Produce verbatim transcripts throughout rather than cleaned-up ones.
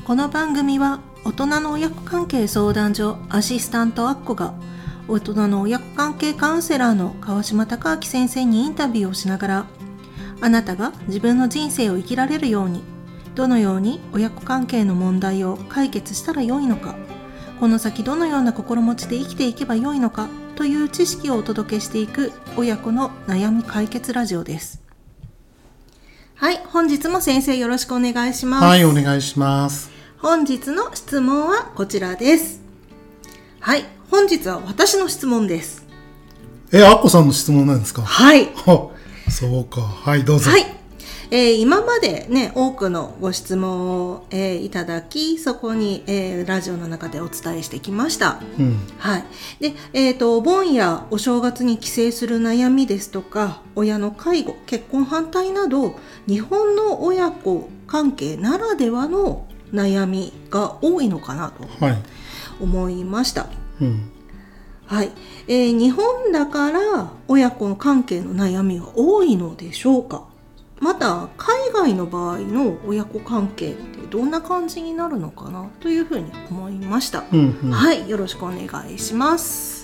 この番組は大人の親子関係相談所アシスタントアッコが大人の親子関係カウンセラーの川島隆明先生にインタビューをしながら、あなたが自分の人生を生きられるように、どのように親子関係の問題を解決したらよいのか、この先どのような心持ちで生きていけばよいのかという知識をお届けしていく親子の悩み解決ラジオです。はい、本日も先生よろしくお願いします。 はい、お願いします。 本日の質問はこちらです。はい、本日は私の質問です。 え、アッコさんの質問なんですか？ はい。 そうか。はい、どうぞ。 はい。えー、今までね、多くのご質問を、えー、いただき、そこに、えー、ラジオの中でお伝えしてきました。 うん、 はい。で、えっと、お盆やお正月に帰省する悩みですとか、親の介護、結婚反対など、日本の親子関係ならではの悩みが多いのかなと思いました。 はいうんはい、えー、日本だから親子の関係の悩みは多いのでしょうか。また海外の場合の親子関係ってどんな感じになるのかなというふうに思いました。 うんうん、 はい、よろしくお願いします。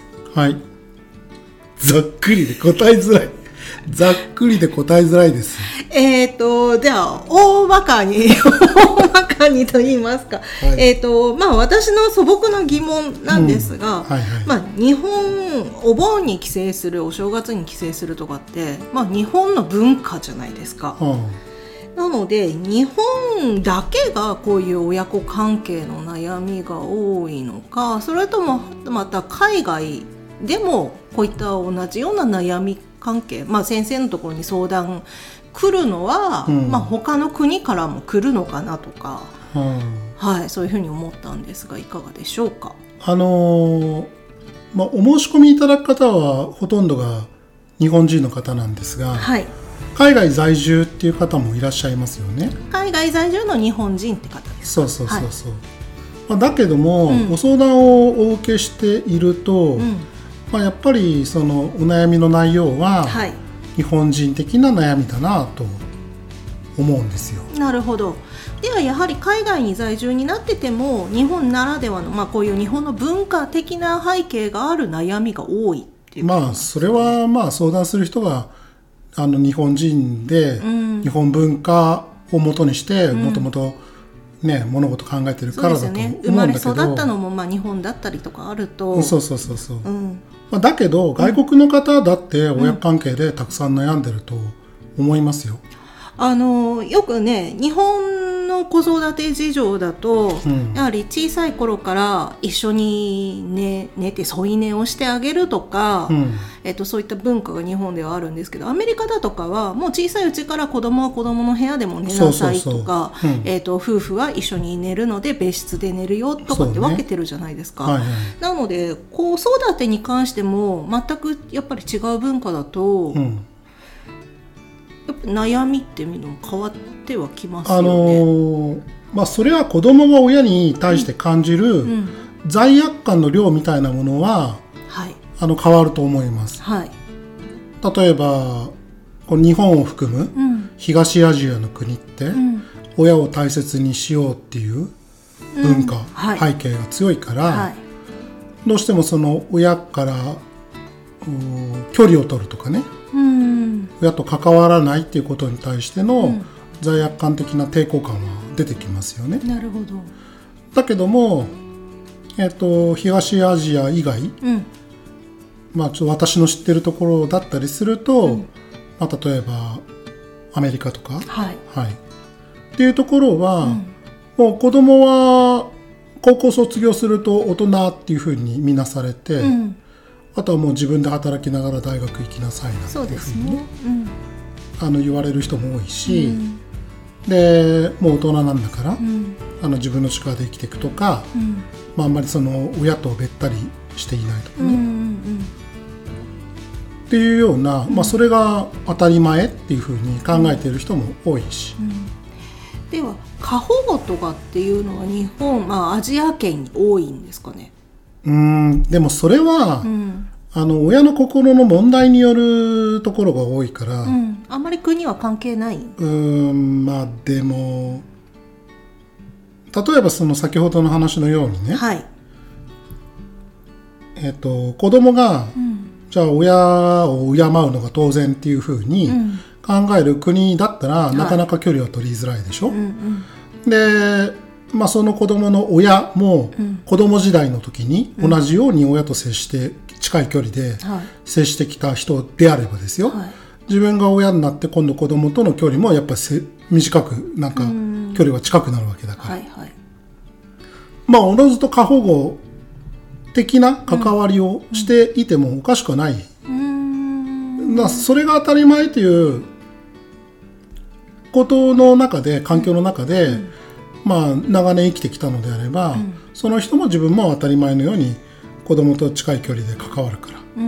はい。ざっくりで答えづらい。ざっくりで答えづらいです。 えっと、じゃあ、大まかに、大まかにと言いますか。はい、えっと、まあ、私の素朴な疑問なんですが、 うんはいはいまあ、日本、お盆に帰省する、お正月に帰省するとかって、まあ、日本の文化じゃないですか。 はあ、なので、日本だけがこういう親子関係の悩みが多いのか、それとも、また海外でもこういった同じような悩み関係、まあ、先生のところに相談来るのは、うんまあ、他の国からも来るのかなとか、うんはい、そういうふうに思ったんですがいかがでしょうか。 あのーまあ、お申し込みいただく方はほとんどが日本人の方なんですが、はい、海外在住っていう方もいらっしゃいますよね。 海外在住の日本人って方ですか。 そうそうそうそう、はいまあ、だけども、うん、ご相談をお受けしていると、うんまあ、やっぱりそのお悩みの内容は日本人的な悩みだなと思うんですよ。 なるほど。ではやはり海外に在住になってても日本ならではの、まあ、こういう日本の文化的な背景がある悩みが多いっていうことなんですかね。 まあそれはまあ相談する人があの日本人で日本文化をもとにしてもともとね、物事考えてるからだと思うんだけど、ね、 生まれ育ったのもまあ日本だったりとかあるとそうそうそうそう、うんまあ、だけど外国の方だって親子関係でたくさん悩んでると思いますよ、 うん、あのよくね日本の子育て事情だと、うん、やはり小さい頃から一緒に 寝, 寝て添い寝をしてあげるとか、うんえっと、そういった文化が日本ではあるんですけど、アメリカだとかはもう小さいうちから子供は子供の部屋でも寝なさいとか、えっと、夫婦は一緒に寝るので別室で寝るよとかって分けてるじゃないですか、ねはいはい、なので子育てに関しても全くやっぱり違う文化だと、うん、やっぱ悩みっていうのも変わってはきますよね。 あのーまあ、それは子供が親に対して感じる罪悪感の量みたいなものは、はい、あの変わると思います、はい、例えばこの日本を含む東アジアの国って、うん、親を大切にしようっていう文化、うんはい、背景が強いから、はい、どうしてもその親から距離を取るとかね、うん、親と関わらないっていうことに対しての罪悪感的な抵抗感は出てきますよね。 なるほど。 だけども、えーと、東アジア以外、うんまあ、ちょっと私の知ってるところだったりすると、うんまあ、例えばアメリカとか、はいはい、っていうところは、うん、もう子供は高校卒業すると大人っていうふうに見なされて、うん、あとはもう自分で働きながら大学行きなさいなんていうふうにね、うん、あの言われる人も多いし、うん、でもう大人なんだから、うん、あの自分の力で生きていくとか、うんまあ、あんまりその親とべったりしていないとかね、うんうんうんっていうような、まあ、それが当たり前っていうふうに考えている人も多いし、うんうん、 では過保護とかっていうのは日本、まあ、アジア圏に多いんですかね。 うーんでもそれは、うん、あの親の心の問題によるところが多いから、うん、 あんまり国は関係ない。 うーんまあでも例えばその先ほどの話のようにね、 はい、 えっと、子供が、うん、じゃあ親を敬うのが当然っていうふうに考える国だったら、うん、なかなか距離は取りづらいでしょ、はい、うんうん、で、まあ、その子供の親も子供時代の時に同じように親と接して近い距離で接してきた人であればですよ、はい、自分が親になって今度子供との距離もやっぱり短くなんか距離は近くなるわけだから、はいはい、まあおのずと過保護的な関わりをしていてもおかしくはない、うん、まあそれが当たり前ということの中で環境の中で、うん、まあ長年生きてきたのであれば、うん、その人も自分も当たり前のように子供と近い距離で関わるから、うん、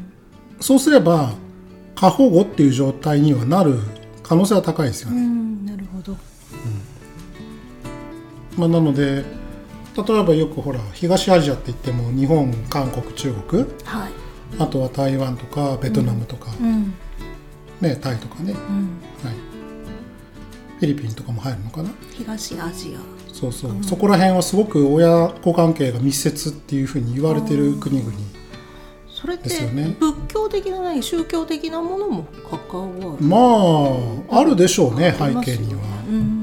そうすれば過保護っていう状態にはなる可能性は高いですよね。うん、なるほど、うん、まあ、なので例えばよくほら東アジアって言っても日本、韓国、中国、はい、あとは台湾とかベトナムとか、うんね、タイとかね、うん、はい、フィリピンとかも入るのかな、 東アジア、 そうそう、うん、そこら辺はすごく親子関係が密接っていうふうに言われてる国々、 それって仏教的な何宗教的なものも関わる、 まああるでしょうね、背景には、うんうんうん、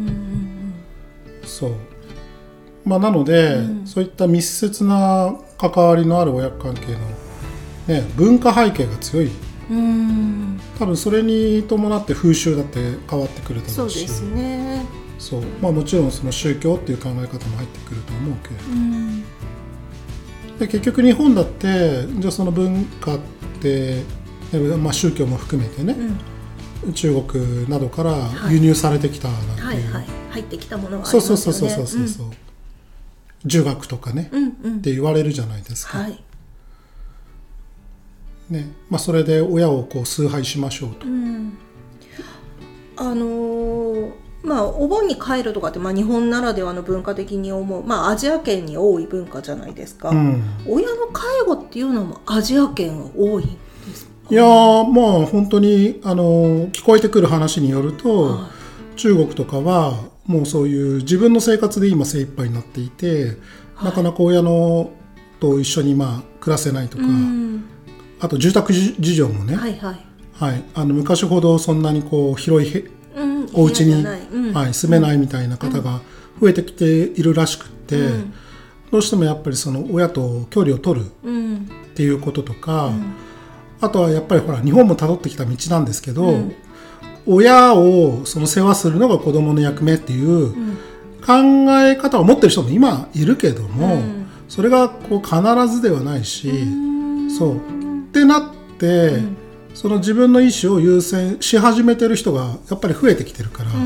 そう、まあ、なので、うん、そういった密接な関わりのある親子関係の、ね、文化背景が強い、うん、多分それに伴って風習だって変わってくるだろうし、そうですね、そう、まあ、もちろんその宗教っていう考え方も入ってくると思うけれど、うん、で結局日本だってじゃあその文化って、まあ、宗教も含めてね、うん、中国などから輸入されてきたなんていう、はいはいはい、 入ってきたものがありますよね。 そうそうそうそうそう、うん、儒学とかね、うんうん、って言われるじゃないですか、はいね、まあ、それで親をこう崇拝しましょうと、うん、 あのー、まあお盆に帰るとかって、まあ、日本ならではの文化的に思う、まあ、アジア圏に多い文化じゃないですか、うん、親の介護っていうのもアジア圏は多いんですか？ いやー、まあ本当にあの聞こえてくる話によると、はい、中国とかはもうそういう自分の生活で今精一杯になっていて、はい、なかなか親のと一緒にまあ暮らせないとか、うん、あと住宅事情もね、はいはいはい、あの昔ほどそんなにこう広いへ、うん、お家に、うん、はい、住めないみたいな方が増えてきているらしくって、うん、どうしてもやっぱりその親と距離を取るっていうこととか、うん、あとはやっぱりほら日本も辿ってきた道なんですけど、うん、親をその世話するのが子供の役目っていう考え方を持ってる人も今いるけども、うん、それがこう必ずではないし、うん、そうってなって、うん、その自分の意思を優先し始めてる人がやっぱり増えてきてるから、うん、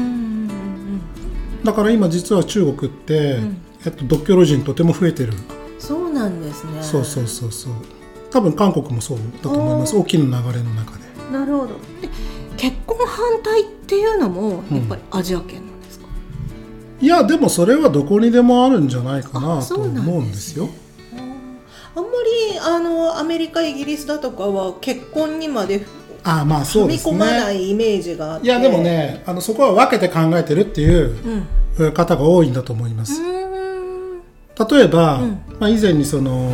だから今実は中国って、うん、えっと、独居老人とても増えてる。 そうなんですね。 そうそうそうそう、多分韓国もそうだと思います。大きな流れの中で。 なるほど。で結婚反対っていうのもやっぱりアジア圏なんですか？ うん、いやでもそれはどこにでもあるんじゃないかなと思うんですよ。 あんまりあのアメリカイギリスだとかは結婚にまであまあそう踏み込まないイメージがあって、 いやでもね、あのそこは分けて考えてるっていう方が多いんだと思います。うん、例えば、うん、まあ、以前にその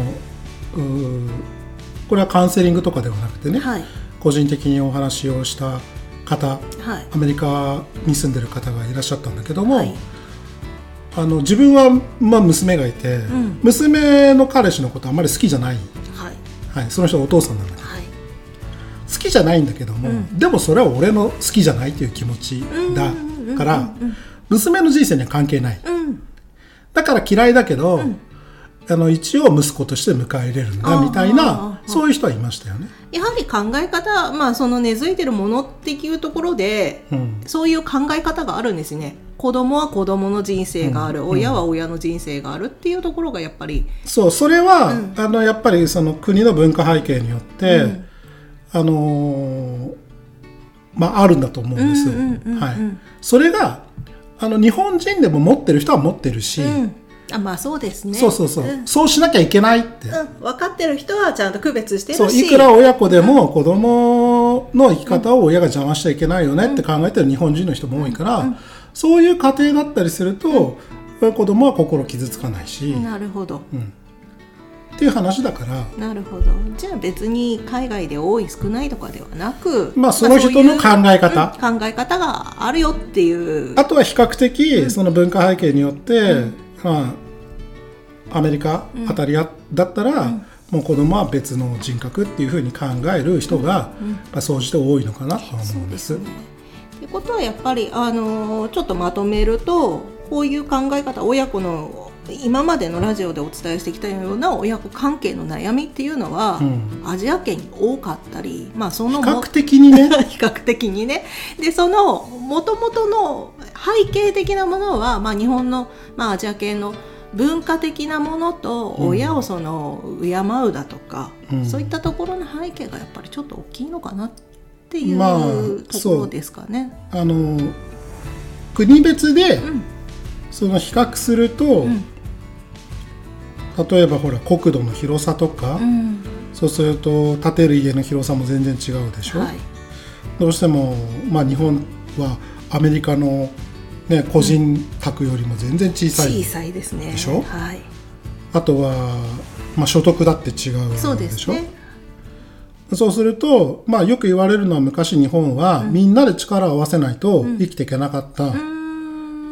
これはカウンセリングとかではなくてね、はい、個人的にお話をした方、はい、アメリカに住んでる方がいらっしゃったんだけども、はい、あの自分は、まあ、娘がいて、うん、娘の彼氏のことあまり好きじゃない、はいはい、その人はお父さんなんだけど、はい、好きじゃないんだけども、うん、でもそれは俺の好きじゃないという気持ちだから、うんうんうんうん、娘の人生には関係ない、うん、だから嫌いだけど、うん、あの一応息子として迎え入れるんだみたいな、そういう人はいましたよね。 やはり考え方、まあ、その根付いてるものっていうところで、うん、そういう考え方があるんですね。子供は子供の人生がある、うん、親は親の人生があるっていうところがやっぱり、 そうそれは、うん、あのやっぱりその国の文化背景によって、うん、あのー、まああるんだと思うんですよ、うんうんうんうん、はい、それがあの日本人でも持ってる人は持ってるし、うん、 あまあそうですね、 そうそうそう、うん、そうしなきゃいけないって、 うん、分かってる人はちゃんと区別してるし、 そういくら親子でも子供の生き方を親が邪魔しちゃいけないよねって考えてる日本人の人も多いから、うんうんうん、そういう家庭だったりすると、 子供は心傷つかないし。 なるほど、 うんっていう話だから。 なるほど。じゃあ別に海外で多い少ないとかではなく、 まあその人の考え方、 まあ、ういう、うん、考え方があるよっていう。 あとは比較的その文化背景によって、うん、まあ、アメリカあたりだったら、うん、もう子供は別の人格っていうふうに考える人が、うんうん、まあ、総じて多いのかなと思うんです。 そうですね。ってことはやっぱり、あのー、ちょっとまとめると、こういう考え方、親子の今までのラジオでお伝えしてきたような親子関係の悩みっていうのは、うん、アジア圏に多かったり、まあ、その比較的にね比較的にね。でその元々の背景的なものは、まあ、日本の、まあ、アジア系の文化的なものと親をその敬うだとか、うん、そういったところの背景がやっぱりちょっと大きいのかなっていう、まあ、ところですかね。 あの国別で、うん、その比較すると、うん、例えばほら国土の広さとか、うん、そうすると建てる家の広さも全然違うでしょ、はい、どうしても、まあ、日本はアメリカの、ね、個人宅よりも全然小さい、 小さいですね、 でしょ、 はい、 あとは、まあ、所得だって違うでしょ。 そうですね。 そうすると、まあ、よく言われるのは昔日本は、うん、みんなで力を合わせないと生きていけなかった、うん、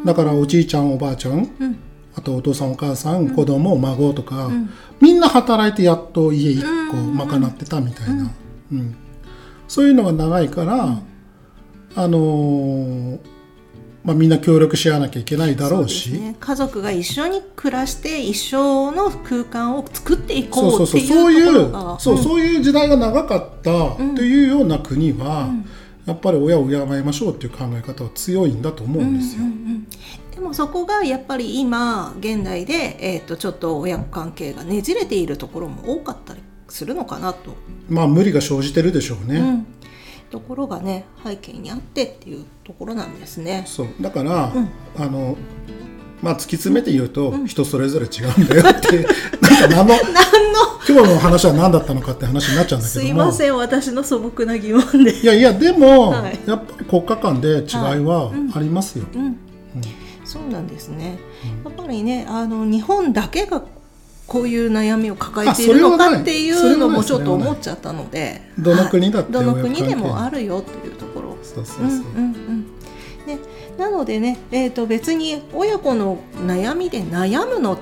だからおじいちゃんおばあちゃん、うん、あとお父さんお母さん、うん、子供孫とか、うん、みんな働いてやっと家いっこ賄ってたみたいな、うんうん、そういうのが長いから、うん、あのーまあ、みんな協力し合わなきゃいけないだろうし、 そうですね、家族が一緒に暮らして一生の空間を作っていこうっていうところが、 そうそういう時代が長かったというような国は、うん、やっぱり親を敬いましょうっていう考え方は強いんだと思うんですよ、うんうんうん、 でもそこがやっぱり今現代で、えーと、ちょっと親子関係がねじれているところも多かったりするのかなと。 まあ無理が生じてるでしょうね、うん、 ところがね背景にあってっていうところなんですね。 そうだから、うん、あのまあ突き詰めて言うと、うん、人それぞれ違うんだよってなんか何の今日の話は何だったのかって話になっちゃうんだけども、 すいません私の素朴な疑問で。 いやいやでも、はい、やっぱり国家間で違いはありますよ、はいうんうん、 そうなんですね、うん、やっぱりねあの日本だけがこういう悩みを抱えているのかっていうのもちょっと思っちゃったので、 どの国だって、 はい、どの国でもあるよというところ。 そうそうそう、うんうんうんね、なのでね、えーと、別に親子の悩みで悩むのって、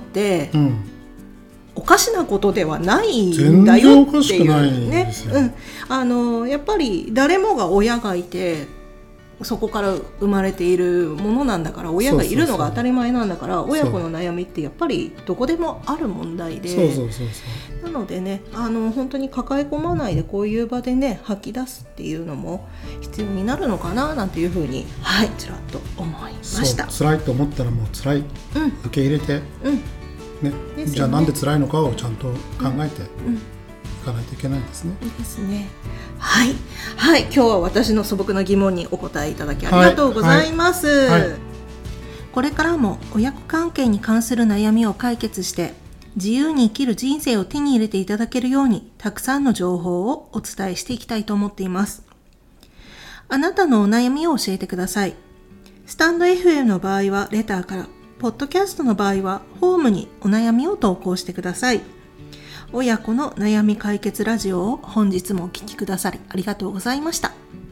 うん、おかしなことではないんだよっていうね、うん、あのやっぱり誰もが親がいてそこから生まれているものなんだから親がいるのが当たり前なんだから親子の悩みってやっぱりどこでもある問題で、 そうそうそうそう、 なのでねあの本当に抱え込まないでこういう場でね吐き出すっていうのも必要になるのかななんていうふうにはいちらっと思いました。 そう辛いと思ったらもう辛い、うん、受け入れて、うんねね、じゃあなんで辛いのかをちゃんと考えて、うんうん、いかないといけないですね。 ですね。はい、はい、今日は私の素朴な疑問にお答えいただきありがとうございます、はいはいはい、これからも親子関係に関する悩みを解決して自由に生きる人生を手に入れていただけるようにたくさんの情報をお伝えしていきたいと思っています。あなたのお悩みを教えてください。スタンド エフエム の場合はレターから、ポッドキャストの場合はホームにお悩みを投稿してください。親子の悩み解決ラジオを本日もお聞きくださりありがとうございました。